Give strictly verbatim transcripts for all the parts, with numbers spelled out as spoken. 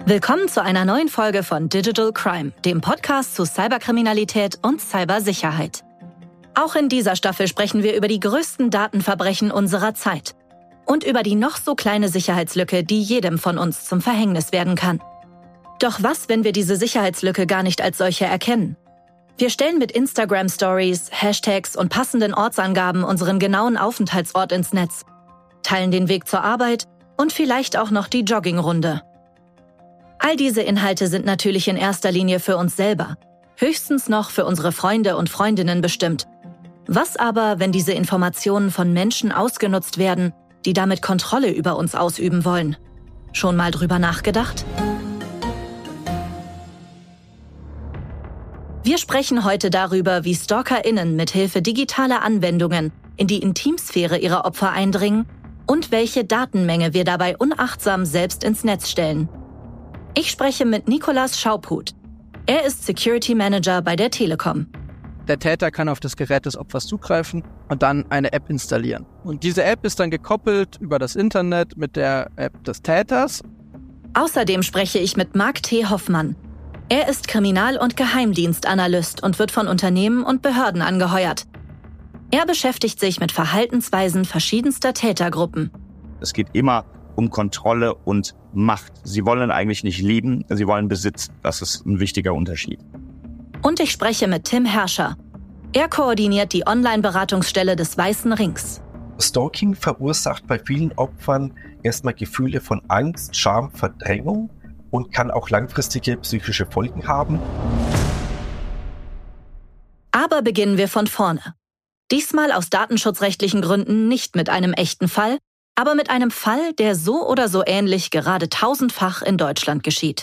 Willkommen zu einer neuen Folge von Digital Crime, dem Podcast zu Cyberkriminalität und Cybersicherheit. Auch in dieser Staffel sprechen wir über die größten Datenverbrechen unserer Zeit und über die noch so kleine Sicherheitslücke, die jedem von uns zum Verhängnis werden kann. Doch was, wenn wir diese Sicherheitslücke gar nicht als solche erkennen? Wir stellen mit Instagram-Stories, Hashtags und passenden Ortsangaben unseren genauen Aufenthaltsort ins Netz, teilen den Weg zur Arbeit und vielleicht auch noch die Joggingrunde. All diese Inhalte sind natürlich in erster Linie für uns selber, höchstens noch für unsere Freunde und Freundinnen bestimmt. Was aber, wenn diese Informationen von Menschen ausgenutzt werden, die damit Kontrolle über uns ausüben wollen? Schon mal drüber nachgedacht? Wir sprechen heute darüber, wie StalkerInnen mithilfe digitaler Anwendungen in die Intimsphäre ihrer Opfer eindringen und welche Datenmenge wir dabei unachtsam selbst ins Netz stellen. Ich spreche mit Nicolas Schauphut. Er ist Security Manager bei der Telekom. Der Täter kann auf das Gerät des Opfers zugreifen und dann eine App installieren. Und diese App ist dann gekoppelt über das Internet mit der App des Täters. Außerdem spreche ich mit Mark T. Hoffmann. Er ist Kriminal- und Geheimdienstanalyst und wird von Unternehmen und Behörden angeheuert. Er beschäftigt sich mit Verhaltensweisen verschiedenster Tätergruppen. Es geht immer um Kontrolle und Macht. Sie wollen eigentlich nicht lieben, sie wollen besitzen. Das ist ein wichtiger Unterschied. Und ich spreche mit Tim Herrscher. Er koordiniert die Online-Beratungsstelle des Weißen Rings. Stalking verursacht bei vielen Opfern erstmal Gefühle von Angst, Scham, Verdrängung und kann auch langfristige psychische Folgen haben. Aber beginnen wir von vorne. Diesmal aus datenschutzrechtlichen Gründen nicht mit einem echten Fall, aber mit einem Fall, der so oder so ähnlich gerade tausendfach in Deutschland geschieht.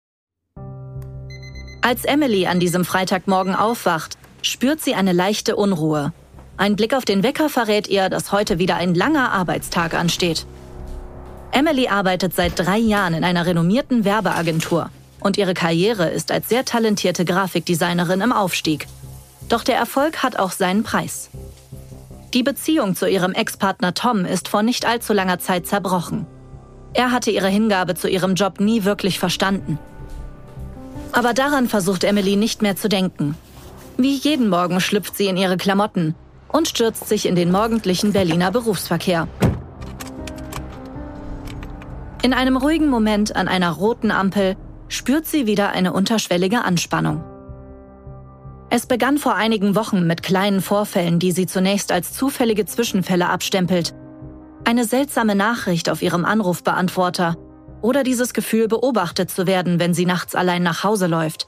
Als Emily an diesem Freitagmorgen aufwacht, spürt sie eine leichte Unruhe. Ein Blick auf den Wecker verrät ihr, dass heute wieder ein langer Arbeitstag ansteht. Emily arbeitet seit drei Jahren in einer renommierten Werbeagentur und ihre Karriere ist als sehr talentierte Grafikdesignerin im Aufstieg. Doch der Erfolg hat auch seinen Preis. Die Beziehung zu ihrem Ex-Partner Tom ist vor nicht allzu langer Zeit zerbrochen. Er hatte ihre Hingabe zu ihrem Job nie wirklich verstanden. Aber daran versucht Emily nicht mehr zu denken. Wie jeden Morgen schlüpft sie in ihre Klamotten und stürzt sich in den morgendlichen Berliner Berufsverkehr. In einem ruhigen Moment an einer roten Ampel spürt sie wieder eine unterschwellige Anspannung. Es begann vor einigen Wochen mit kleinen Vorfällen, die sie zunächst als zufällige Zwischenfälle abstempelt. Eine seltsame Nachricht auf ihrem Anrufbeantworter oder dieses Gefühl, beobachtet zu werden, wenn sie nachts allein nach Hause läuft.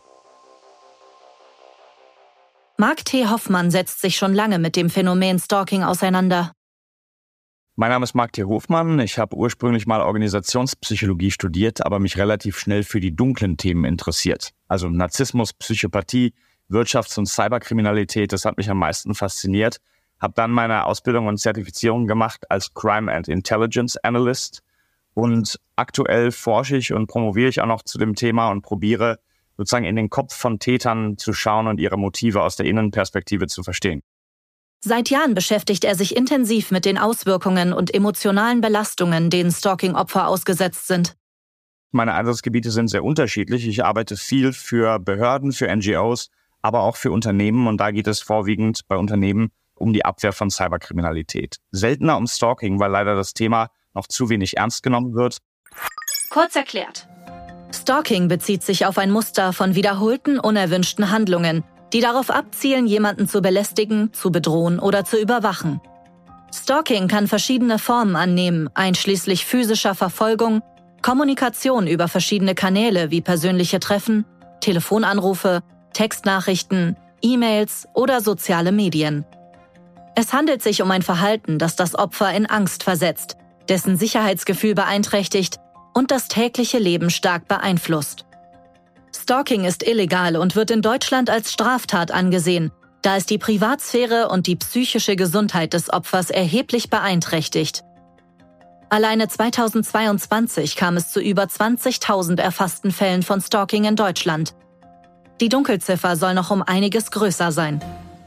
Mark T. Hoffmann setzt sich schon lange mit dem Phänomen Stalking auseinander. Mein Name ist Mark T. Hoffmann. Ich habe ursprünglich mal Organisationspsychologie studiert, aber mich relativ schnell für die dunklen Themen interessiert. Also Narzissmus, Psychopathie, Wirtschafts- und Cyberkriminalität, das hat mich am meisten fasziniert. Habe dann meine Ausbildung und Zertifizierung gemacht als Crime and Intelligence Analyst. Und aktuell forsche ich und promoviere ich auch noch zu dem Thema und probiere sozusagen in den Kopf von Tätern zu schauen und ihre Motive aus der Innenperspektive zu verstehen. Seit Jahren beschäftigt er sich intensiv mit den Auswirkungen und emotionalen Belastungen, denen Stalking-Opfer ausgesetzt sind. Meine Einsatzgebiete sind sehr unterschiedlich. Ich arbeite viel für Behörden, für N G Os, aber auch für Unternehmen. Und da geht es vorwiegend bei Unternehmen um die Abwehr von Cyberkriminalität. Seltener um Stalking, weil leider das Thema noch zu wenig ernst genommen wird. Kurz erklärt. Stalking bezieht sich auf ein Muster von wiederholten, unerwünschten Handlungen, die darauf abzielen, jemanden zu belästigen, zu bedrohen oder zu überwachen. Stalking kann verschiedene Formen annehmen, einschließlich physischer Verfolgung, Kommunikation über verschiedene Kanäle wie persönliche Treffen, Telefonanrufe, Textnachrichten, E-Mails oder soziale Medien. Es handelt sich um ein Verhalten, das das Opfer in Angst versetzt, dessen Sicherheitsgefühl beeinträchtigt und das tägliche Leben stark beeinflusst. Stalking ist illegal und wird in Deutschland als Straftat angesehen, da es die Privatsphäre und die psychische Gesundheit des Opfers erheblich beeinträchtigt. Alleine zweitausendzweiundzwanzig kam es zu über zwanzigtausend erfassten Fällen von Stalking in Deutschland. Die Dunkelziffer soll noch um einiges größer sein.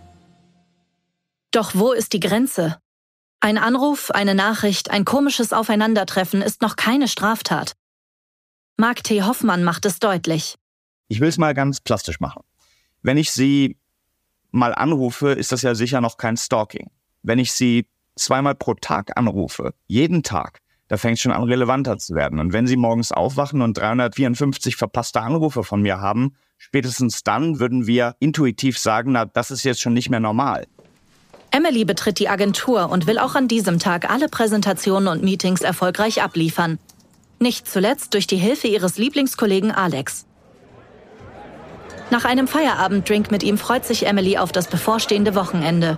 Doch wo ist die Grenze? Ein Anruf, eine Nachricht, ein komisches Aufeinandertreffen ist noch keine Straftat. Mark T. Hoffmann macht es deutlich. Ich will es mal ganz plastisch machen. Wenn ich Sie mal anrufe, ist das ja sicher noch kein Stalking. Wenn ich Sie zweimal pro Tag anrufe, jeden Tag, da fängt es schon an, relevanter zu werden. Und wenn Sie morgens aufwachen und dreihundertvierundfünfzig verpasste Anrufe von mir haben, spätestens dann würden wir intuitiv sagen, na, das ist jetzt schon nicht mehr normal. Emily betritt die Agentur und will auch an diesem Tag alle Präsentationen und Meetings erfolgreich abliefern. Nicht zuletzt durch die Hilfe ihres Lieblingskollegen Alex. Nach einem Feierabenddrink mit ihm freut sich Emily auf das bevorstehende Wochenende.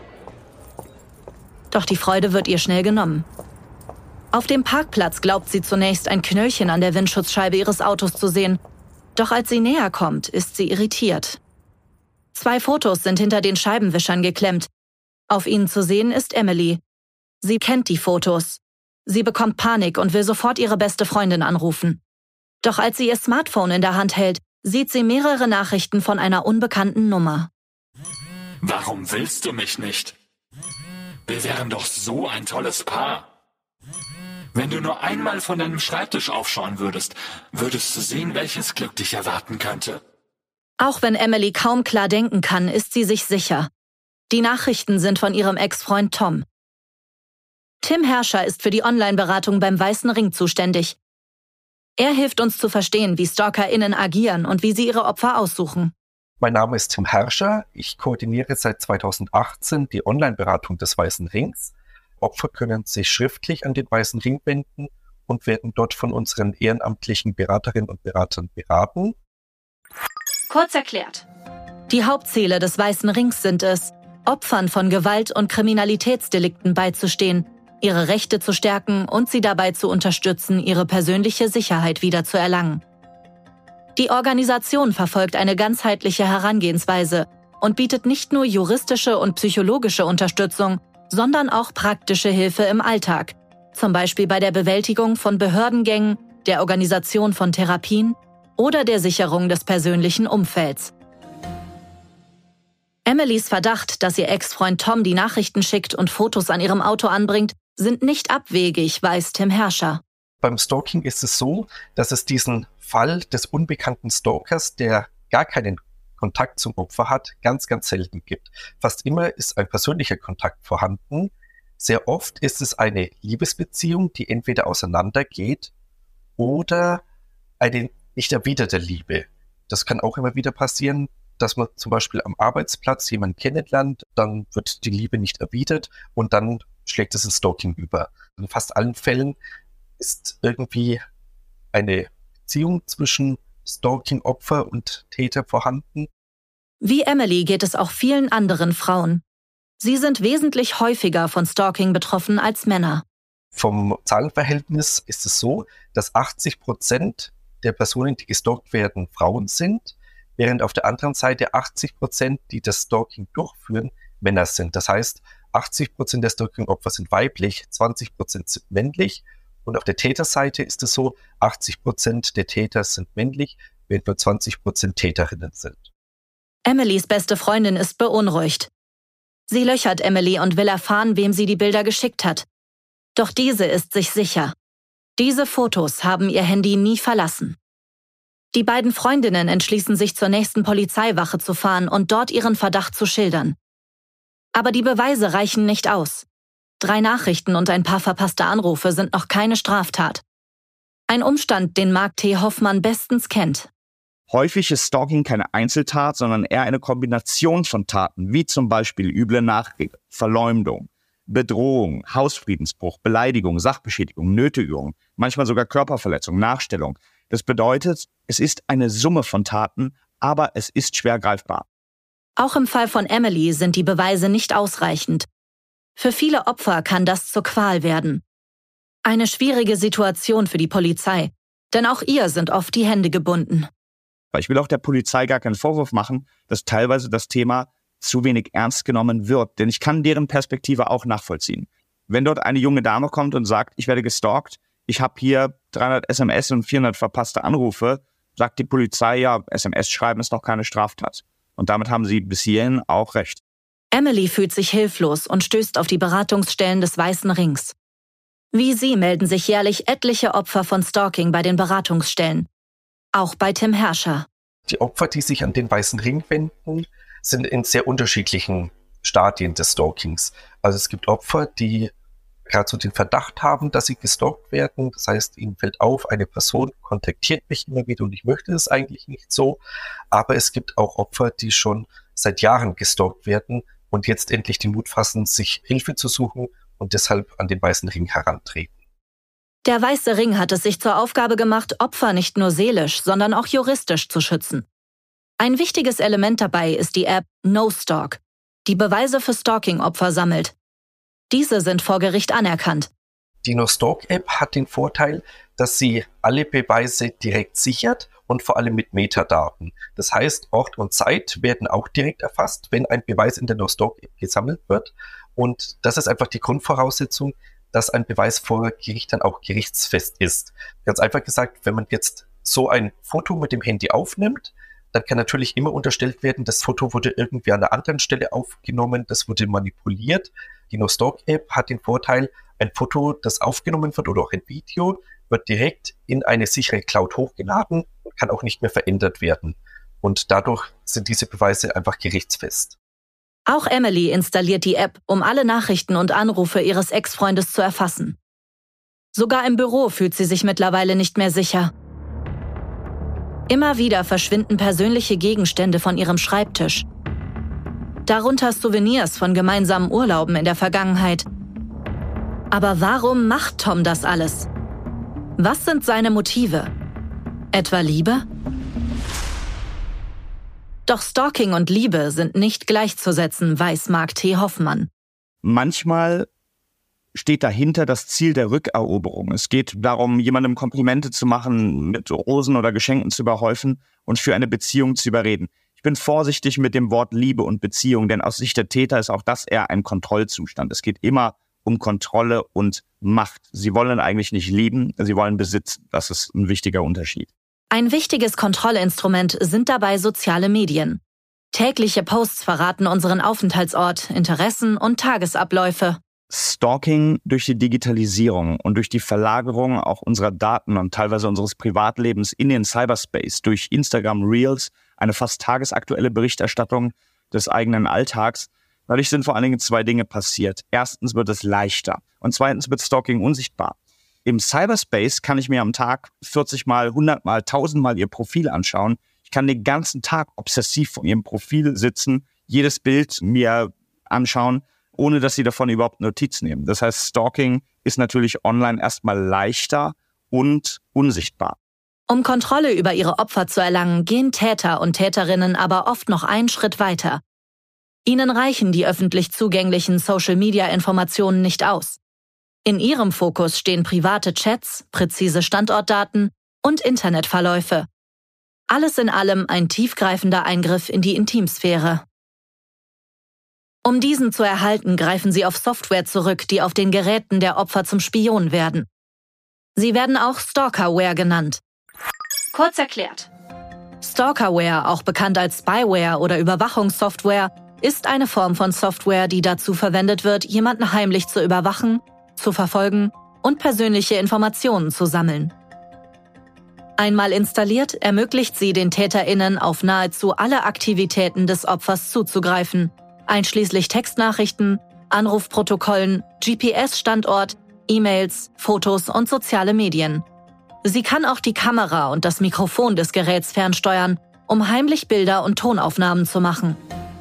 Doch die Freude wird ihr schnell genommen. Auf dem Parkplatz glaubt sie zunächst, ein Knöllchen an der Windschutzscheibe ihres Autos zu sehen. Doch als sie näher kommt, ist sie irritiert. Zwei Fotos sind hinter den Scheibenwischern geklemmt. Auf ihnen zu sehen ist Emily. Sie kennt die Fotos. Sie bekommt Panik und will sofort ihre beste Freundin anrufen. Doch als sie ihr Smartphone in der Hand hält, sieht sie mehrere Nachrichten von einer unbekannten Nummer. Warum willst du mich nicht? Wir wären doch so ein tolles Paar. Wenn du nur einmal von deinem Schreibtisch aufschauen würdest, würdest du sehen, welches Glück dich erwarten könnte. Auch wenn Emily kaum klar denken kann, ist sie sich sicher. Die Nachrichten sind von ihrem Ex-Freund Tom. Tim Herrscher ist für die Online-Beratung beim Weißen Ring zuständig. Er hilft uns zu verstehen, wie StalkerInnen agieren und wie sie ihre Opfer aussuchen. Mein Name ist Tim Herrscher. Ich koordiniere seit zweitausendachtzehn die Online-Beratung des Weißen Rings. Opfer können sich schriftlich an den Weißen Ring wenden und werden dort von unseren ehrenamtlichen Beraterinnen und Beratern beraten. Kurz erklärt. Die Hauptziele des Weißen Rings sind es, Opfern von Gewalt- und Kriminalitätsdelikten beizustehen, ihre Rechte zu stärken und sie dabei zu unterstützen, ihre persönliche Sicherheit wiederzuerlangen. Die Organisation verfolgt eine ganzheitliche Herangehensweise und bietet nicht nur juristische und psychologische Unterstützung, sondern auch praktische Hilfe im Alltag, zum Beispiel bei der Bewältigung von Behördengängen, der Organisation von Therapien oder der Sicherung des persönlichen Umfelds. Emilys Verdacht, dass ihr Ex-Freund Tom die Nachrichten schickt und Fotos an ihrem Auto anbringt, sind nicht abwegig, weiß Tim Herrscher. Beim Stalking ist es so, dass es diesen Fall des unbekannten Stalkers, der gar keinen Kontakt zum Opfer hat, ganz, ganz selten gibt. Fast immer ist ein persönlicher Kontakt vorhanden. Sehr oft ist es eine Liebesbeziehung, die entweder auseinandergeht oder eine nicht erwiderte Liebe. Das kann auch immer wieder passieren, dass man zum Beispiel am Arbeitsplatz jemanden kennenlernt, dann wird die Liebe nicht erwidert und dann schlägt es ins Stalking über. In fast allen Fällen ist irgendwie eine Beziehung zwischen Stalking-Opfer und Täter vorhanden. Wie Emily geht es auch vielen anderen Frauen. Sie sind wesentlich häufiger von Stalking betroffen als Männer. Vom Zahlenverhältnis ist es so, dass achtzig Prozent der Personen, die gestalkt werden, Frauen sind, während auf der anderen Seite achtzig Prozent, die das Stalking durchführen, Männer sind. Das heißt, achtzig Prozent der Stalking-Opfer sind weiblich, zwanzig Prozent sind männlich. Und auf der Täterseite ist es so, achtzig Prozent der Täter sind männlich, während nur zwanzig Prozent Täterinnen sind. Emilys beste Freundin ist beunruhigt. Sie löchert Emily und will erfahren, wem sie die Bilder geschickt hat. Doch diese ist sich sicher. Diese Fotos haben ihr Handy nie verlassen. Die beiden Freundinnen entschließen sich, zur nächsten Polizeiwache zu fahren und dort ihren Verdacht zu schildern. Aber die Beweise reichen nicht aus. Drei Nachrichten und ein paar verpasste Anrufe sind noch keine Straftat. Ein Umstand, den Mark T. Hoffmann bestens kennt. Häufig ist Stalking keine Einzeltat, sondern eher eine Kombination von Taten, wie zum Beispiel üble Nachrede, Verleumdung, Bedrohung, Hausfriedensbruch, Beleidigung, Sachbeschädigung, Nötigung, manchmal sogar Körperverletzung, Nachstellung. Das bedeutet, es ist eine Summe von Taten, aber es ist schwer greifbar. Auch im Fall von Emily sind die Beweise nicht ausreichend. Für viele Opfer kann das zur Qual werden. Eine schwierige Situation für die Polizei, denn auch ihr sind oft die Hände gebunden. Ich will auch der Polizei gar keinen Vorwurf machen, dass teilweise das Thema zu wenig ernst genommen wird, denn ich kann deren Perspektive auch nachvollziehen. Wenn dort eine junge Dame kommt und sagt, ich werde gestalkt, ich habe hier dreihundert S M S und vierhundert verpasste Anrufe, sagt die Polizei, ja, S M S schreiben ist doch keine Straftat. Und damit haben sie bis hierhin auch recht. Emily fühlt sich hilflos und stößt auf die Beratungsstellen des Weißen Rings. Wie Sie melden sich jährlich etliche Opfer von Stalking bei den Beratungsstellen. Auch bei Tim Herrscher. Die Opfer, die sich an den Weißen Ring wenden, sind in sehr unterschiedlichen Stadien des Stalkings. Also es gibt Opfer, die gerade so den Verdacht haben, dass sie gestalkt werden. Das heißt, ihnen fällt auf, eine Person kontaktiert mich immer wieder und ich möchte es eigentlich nicht so. Aber es gibt auch Opfer, die schon seit Jahren gestalkt werden und jetzt endlich den Mut fassen, sich Hilfe zu suchen und deshalb an den Weißen Ring herantreten. Der Weiße Ring hat es sich zur Aufgabe gemacht, Opfer nicht nur seelisch, sondern auch juristisch zu schützen. Ein wichtiges Element dabei ist die App NoStalk, die Beweise für Stalking-Opfer sammelt. Diese sind vor Gericht anerkannt. Die NoStalk-App hat den Vorteil, dass sie alle Beweise direkt sichert und vor allem mit Metadaten. Das heißt, Ort und Zeit werden auch direkt erfasst, wenn ein Beweis in der NoStalk-App gesammelt wird. Und das ist einfach die Grundvoraussetzung, dass ein Beweis vor Gericht dann auch gerichtsfest ist. Ganz einfach gesagt, wenn man jetzt so ein Foto mit dem Handy aufnimmt, dann kann natürlich immer unterstellt werden, das Foto wurde irgendwie an einer anderen Stelle aufgenommen, das wurde manipuliert. Die NoStalk-App hat den Vorteil, ein Foto, das aufgenommen wird oder auch ein Video, wird direkt in eine sichere Cloud hochgeladen und kann auch nicht mehr verändert werden. Und dadurch sind diese Beweise einfach gerichtsfest. Auch Emily installiert die App, um alle Nachrichten und Anrufe ihres Ex-Freundes zu erfassen. Sogar im Büro fühlt sie sich mittlerweile nicht mehr sicher. Immer wieder verschwinden persönliche Gegenstände von ihrem Schreibtisch. Darunter Souvenirs von gemeinsamen Urlauben in der Vergangenheit. Aber warum macht Tom das alles? Was sind seine Motive? Etwa Liebe? Doch Stalking und Liebe sind nicht gleichzusetzen, weiß Mark T. Hoffmann. Manchmal steht dahinter das Ziel der Rückeroberung. Es geht darum, jemandem Komplimente zu machen, mit Rosen oder Geschenken zu überhäufen und für eine Beziehung zu überreden. Ich bin vorsichtig mit dem Wort Liebe und Beziehung, denn aus Sicht der Täter ist auch das eher ein Kontrollzustand. Es geht immer um Kontrolle und Macht. Sie wollen eigentlich nicht lieben, sie wollen besitzen. Das ist ein wichtiger Unterschied. Ein wichtiges Kontrollinstrument sind dabei soziale Medien. Tägliche Posts verraten unseren Aufenthaltsort, Interessen und Tagesabläufe. Stalking durch die Digitalisierung und durch die Verlagerung auch unserer Daten und teilweise unseres Privatlebens in den Cyberspace, durch Instagram Reels, eine fast tagesaktuelle Berichterstattung des eigenen Alltags. Dadurch sind vor allen Dingen zwei Dinge passiert. Erstens wird es leichter und zweitens wird Stalking unsichtbar. Im Cyberspace kann ich mir am Tag vierzig Mal, hundert Mal, tausend Mal ihr Profil anschauen. Ich kann den ganzen Tag obsessiv vor ihrem Profil sitzen, jedes Bild mir anschauen, ohne dass sie davon überhaupt Notiz nehmen. Das heißt, Stalking ist natürlich online erstmal leichter und unsichtbar. Um Kontrolle über ihre Opfer zu erlangen, gehen Täter und Täterinnen aber oft noch einen Schritt weiter. Ihnen reichen die öffentlich zugänglichen Social-Media-Informationen nicht aus. In ihrem Fokus stehen private Chats, präzise Standortdaten und Internetverläufe. Alles in allem ein tiefgreifender Eingriff in die Intimsphäre. Um diesen zu erhalten, greifen sie auf Software zurück, die auf den Geräten der Opfer zum Spion werden. Sie werden auch Stalkerware genannt. Kurz erklärt. Stalkerware, auch bekannt als Spyware oder Überwachungssoftware, ist eine Form von Software, die dazu verwendet wird, jemanden heimlich zu überwachen, zu verfolgen und persönliche Informationen zu sammeln. Einmal installiert, ermöglicht sie den TäterInnen auf nahezu alle Aktivitäten des Opfers zuzugreifen, einschließlich Textnachrichten, Anrufprotokollen, G P S-Standort, E-Mails, Fotos und soziale Medien. Sie kann auch die Kamera und das Mikrofon des Geräts fernsteuern, um heimlich Bilder und Tonaufnahmen zu machen.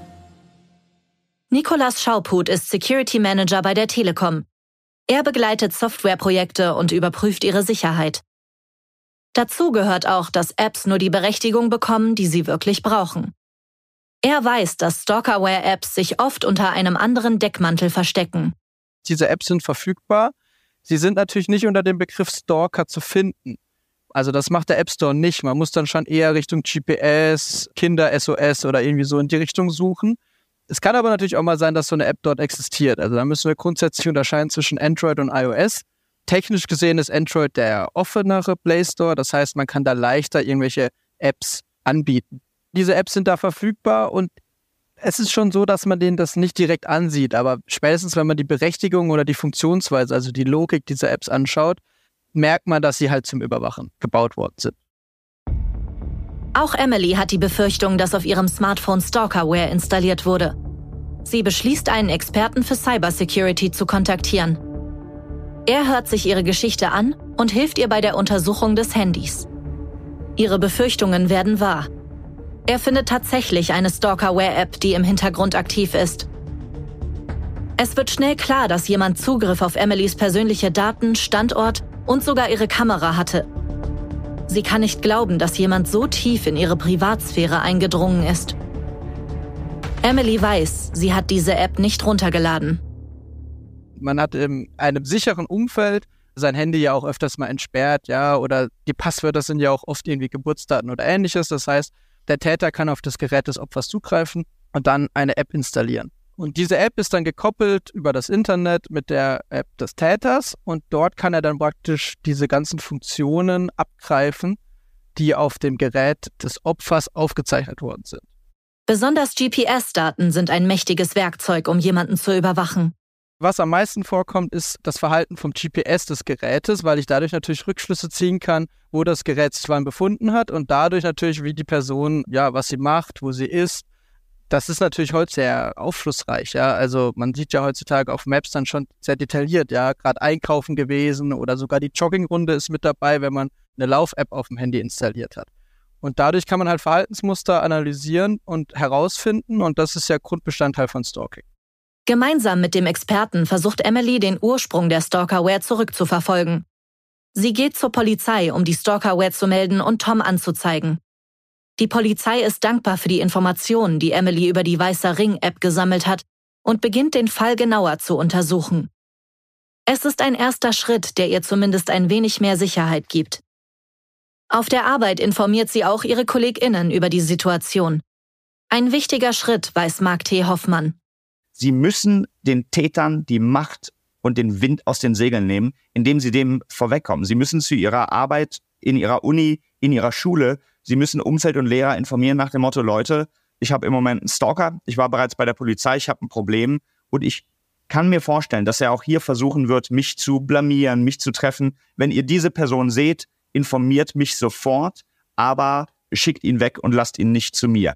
Nicolas Schauput ist Security Manager bei der Telekom. Er begleitet Softwareprojekte und überprüft ihre Sicherheit. Dazu gehört auch, dass Apps nur die Berechtigung bekommen, die sie wirklich brauchen. Er weiß, dass Stalkerware-Apps sich oft unter einem anderen Deckmantel verstecken. Diese Apps sind verfügbar. Sie sind natürlich nicht unter dem Begriff Stalker zu finden. Also das macht der App Store nicht. Man muss dann schon eher Richtung G P S, Kinder-S O S oder irgendwie so in die Richtung suchen. Es kann aber natürlich auch mal sein, dass so eine App dort existiert. Also da müssen wir grundsätzlich unterscheiden zwischen Android und iOS. Technisch gesehen ist Android der offenere Play Store. Das heißt, man kann da leichter irgendwelche Apps anbieten. Diese Apps sind da verfügbar und Es ist schon so, dass man denen das nicht direkt ansieht, aber spätestens, wenn man die Berechtigung oder die Funktionsweise, also die Logik dieser Apps anschaut, merkt man, dass sie halt zum Überwachen gebaut worden sind. Auch Emily hat die Befürchtung, dass auf ihrem Smartphone Stalkerware installiert wurde. Sie beschließt, einen Experten für Cybersecurity zu kontaktieren. Er hört sich ihre Geschichte an und hilft ihr bei der Untersuchung des Handys. Ihre Befürchtungen werden wahr. Er findet tatsächlich eine Stalkerware-App, die im Hintergrund aktiv ist. Es wird schnell klar, dass jemand Zugriff auf Emilys persönliche Daten, Standort und sogar ihre Kamera hatte. Sie kann nicht glauben, dass jemand so tief in ihre Privatsphäre eingedrungen ist. Emily weiß, sie hat diese App nicht runtergeladen. Man hat in einem sicheren Umfeld sein Handy ja auch öfters mal entsperrt, ja, oder die Passwörter sind ja auch oft irgendwie Geburtsdaten oder ähnliches. Das heißt, der Täter kann auf das Gerät des Opfers zugreifen und dann eine App installieren. Und diese App ist dann gekoppelt über das Internet mit der App des Täters und dort kann er dann praktisch diese ganzen Funktionen abgreifen, die auf dem Gerät des Opfers aufgezeichnet worden sind. Besonders G P S-Daten sind ein mächtiges Werkzeug, um jemanden zu überwachen. Was am meisten vorkommt, ist das Verhalten vom G P S des Gerätes, weil ich dadurch natürlich Rückschlüsse ziehen kann, wo das Gerät sich wann befunden hat und dadurch natürlich, wie die Person, ja, was sie macht, wo sie ist. Das ist natürlich heute sehr aufschlussreich, ja. Also man sieht ja heutzutage auf Maps dann schon sehr detailliert, ja, gerade einkaufen gewesen oder sogar die Joggingrunde ist mit dabei, wenn man eine Lauf-App auf dem Handy installiert hat. Und dadurch kann man halt Verhaltensmuster analysieren und herausfinden und das ist ja Grundbestandteil von Stalking. Gemeinsam mit dem Experten versucht Emily, den Ursprung der Stalkerware zurückzuverfolgen. Sie geht zur Polizei, um die Stalkerware zu melden und Tom anzuzeigen. Die Polizei ist dankbar für die Informationen, die Emily über die Weißer Ring-App gesammelt hat und beginnt, den Fall genauer zu untersuchen. Es ist ein erster Schritt, der ihr zumindest ein wenig mehr Sicherheit gibt. Auf der Arbeit informiert sie auch ihre KollegInnen über die Situation. Ein wichtiger Schritt, weiß Mark T. Hoffmann. Sie müssen den Tätern die Macht und den Wind aus den Segeln nehmen, indem sie dem vorwegkommen. Sie müssen zu ihrer Arbeit, in ihrer Uni, in ihrer Schule, sie müssen Umfeld und Lehrer informieren nach dem Motto, Leute, ich habe im Moment einen Stalker, ich war bereits bei der Polizei, ich habe ein Problem und ich kann mir vorstellen, dass er auch hier versuchen wird, mich zu blamieren, mich zu treffen. Wenn ihr diese Person seht, informiert mich sofort, aber schickt ihn weg und lasst ihn nicht zu mir.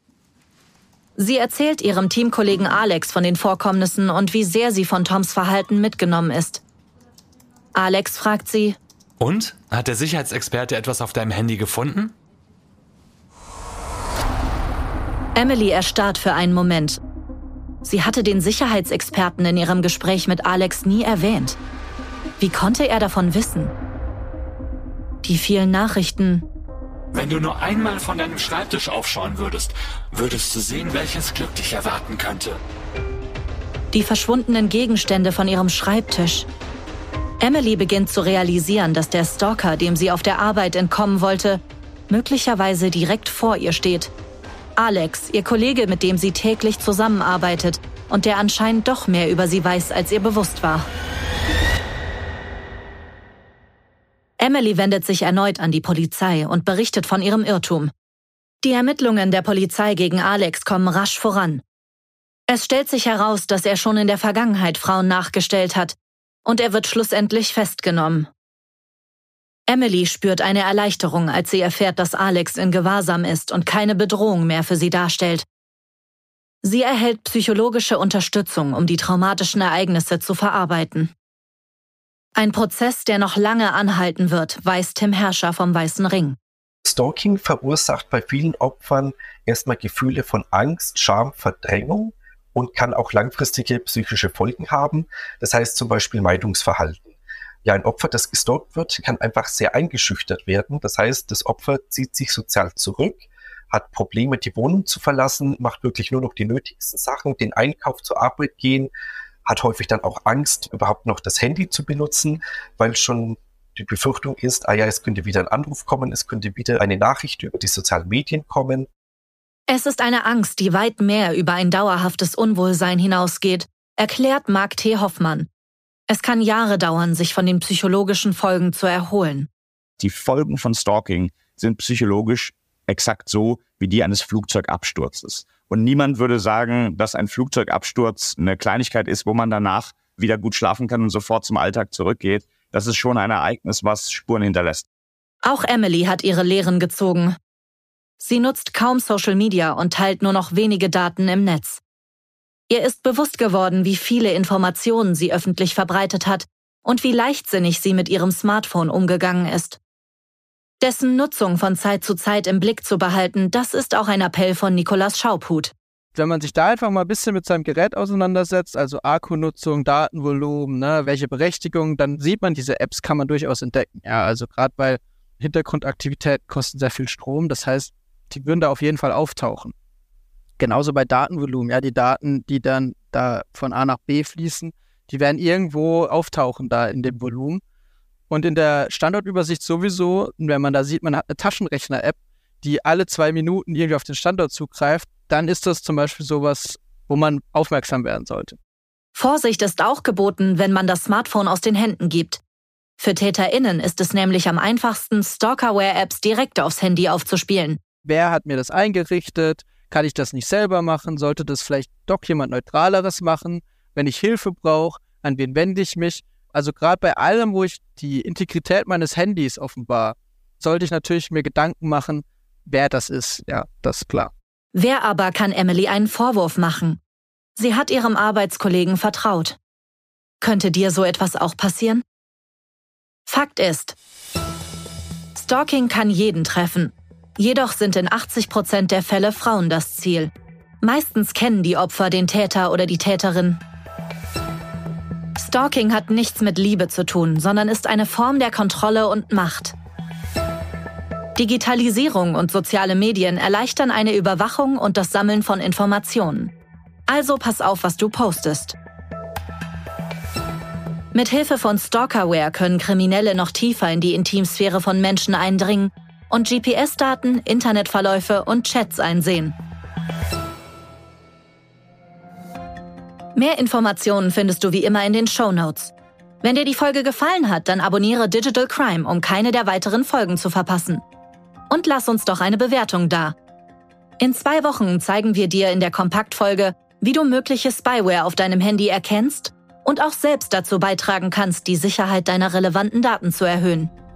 Sie erzählt ihrem Teamkollegen Alex von den Vorkommnissen und wie sehr sie von Toms Verhalten mitgenommen ist. Alex fragt sie: Und? Hat der Sicherheitsexperte etwas auf deinem Handy gefunden? Emily erstarrt für einen Moment. Sie hatte den Sicherheitsexperten in ihrem Gespräch mit Alex nie erwähnt. Wie konnte er davon wissen? Die vielen Nachrichten. Wenn du nur einmal von deinem Schreibtisch aufschauen würdest, würdest du sehen, welches Glück dich erwarten könnte. Die verschwundenen Gegenstände von ihrem Schreibtisch. Emily beginnt zu realisieren, dass der Stalker, dem sie auf der Arbeit entkommen wollte, möglicherweise direkt vor ihr steht. Alex, ihr Kollege, mit dem sie täglich zusammenarbeitet und der anscheinend doch mehr über sie weiß, als ihr bewusst war. Emily wendet sich erneut an die Polizei und berichtet von ihrem Irrtum. Die Ermittlungen der Polizei gegen Alex kommen rasch voran. Es stellt sich heraus, dass er schon in der Vergangenheit Frauen nachgestellt hat und er wird schlussendlich festgenommen. Emily spürt eine Erleichterung, als sie erfährt, dass Alex in Gewahrsam ist und keine Bedrohung mehr für sie darstellt. Sie erhält psychologische Unterstützung, um die traumatischen Ereignisse zu verarbeiten. Ein Prozess, der noch lange anhalten wird, weiß Tim Herrscher vom Weißen Ring. Stalking verursacht bei vielen Opfern erstmal Gefühle von Angst, Scham, Verdrängung und kann auch langfristige psychische Folgen haben. Das heißt zum Beispiel Meidungsverhalten. Ja, ein Opfer, das gestalkt wird, kann einfach sehr eingeschüchtert werden. Das heißt, das Opfer zieht sich sozial zurück, hat Probleme, die Wohnung zu verlassen, macht wirklich nur noch die nötigsten Sachen, den Einkauf, zur Arbeit gehen, hat häufig dann auch Angst, überhaupt noch das Handy zu benutzen, weil schon die Befürchtung ist, ah ja, es könnte wieder ein Anruf kommen, es könnte wieder eine Nachricht über die sozialen Medien kommen. Es ist eine Angst, die weit mehr über ein dauerhaftes Unwohlsein hinausgeht, erklärt Mark T. Hoffmann. Es kann Jahre dauern, sich von den psychologischen Folgen zu erholen. Die Folgen von Stalking sind psychologisch exakt so, wie die eines Flugzeugabsturzes. Und niemand würde sagen, dass ein Flugzeugabsturz eine Kleinigkeit ist, wo man danach wieder gut schlafen kann und sofort zum Alltag zurückgeht. Das ist schon ein Ereignis, was Spuren hinterlässt. Auch Emily hat ihre Lehren gezogen. Sie nutzt kaum Social Media und teilt nur noch wenige Daten im Netz. Ihr ist bewusst geworden, wie viele Informationen sie öffentlich verbreitet hat und wie leichtsinnig sie mit ihrem Smartphone umgegangen ist. Dessen Nutzung von Zeit zu Zeit im Blick zu behalten, das ist auch ein Appell von Nikolaus Schauphut. Wenn man sich da einfach mal ein bisschen mit seinem Gerät auseinandersetzt, also Akkunutzung, Datenvolumen, ne, welche Berechtigung, dann sieht man, diese Apps kann man durchaus entdecken. Ja, also gerade weil Hintergrundaktivitäten kosten sehr viel Strom, das heißt, die würden da auf jeden Fall auftauchen. Genauso bei Datenvolumen, ja, die Daten, die dann da von A nach B fließen, die werden irgendwo auftauchen da in dem Volumen. Und in der Standortübersicht sowieso, wenn man da sieht, man hat eine Taschenrechner-App, die alle zwei Minuten irgendwie auf den Standort zugreift, dann ist das zum Beispiel sowas, wo man aufmerksam werden sollte. Vorsicht ist auch geboten, wenn man das Smartphone aus den Händen gibt. Für TäterInnen ist es nämlich am einfachsten, Stalkerware-Apps direkt aufs Handy aufzuspielen. Wer hat mir das eingerichtet? Kann ich das nicht selber machen? Sollte das vielleicht doch jemand Neutraleres machen? Wenn ich Hilfe brauche, an wen wende ich mich? Also gerade bei allem, wo ich die Integrität meines Handys offenbar, sollte ich natürlich mir Gedanken machen, wer das ist. Ja, das ist klar. Wer aber kann Emily einen Vorwurf machen? Sie hat ihrem Arbeitskollegen vertraut. Könnte dir so etwas auch passieren? Fakt ist, Stalking kann jeden treffen. Jedoch sind in achtzig Prozent der Fälle Frauen das Ziel. Meistens kennen die Opfer den Täter oder die Täterin. Stalking hat nichts mit Liebe zu tun, sondern ist eine Form der Kontrolle und Macht. Digitalisierung und soziale Medien erleichtern eine Überwachung und das Sammeln von Informationen. Also pass auf, was du postest. Mit Hilfe von Stalkerware können Kriminelle noch tiefer in die Intimsphäre von Menschen eindringen und G P S-Daten, Internetverläufe und Chats einsehen. Mehr Informationen findest du wie immer in den Shownotes. Wenn dir die Folge gefallen hat, dann abonniere Digital Crime, um keine der weiteren Folgen zu verpassen. Und lass uns doch eine Bewertung da. In zwei Wochen zeigen wir dir in der Kompaktfolge, wie du mögliche Spyware auf deinem Handy erkennst und auch selbst dazu beitragen kannst, die Sicherheit deiner relevanten Daten zu erhöhen.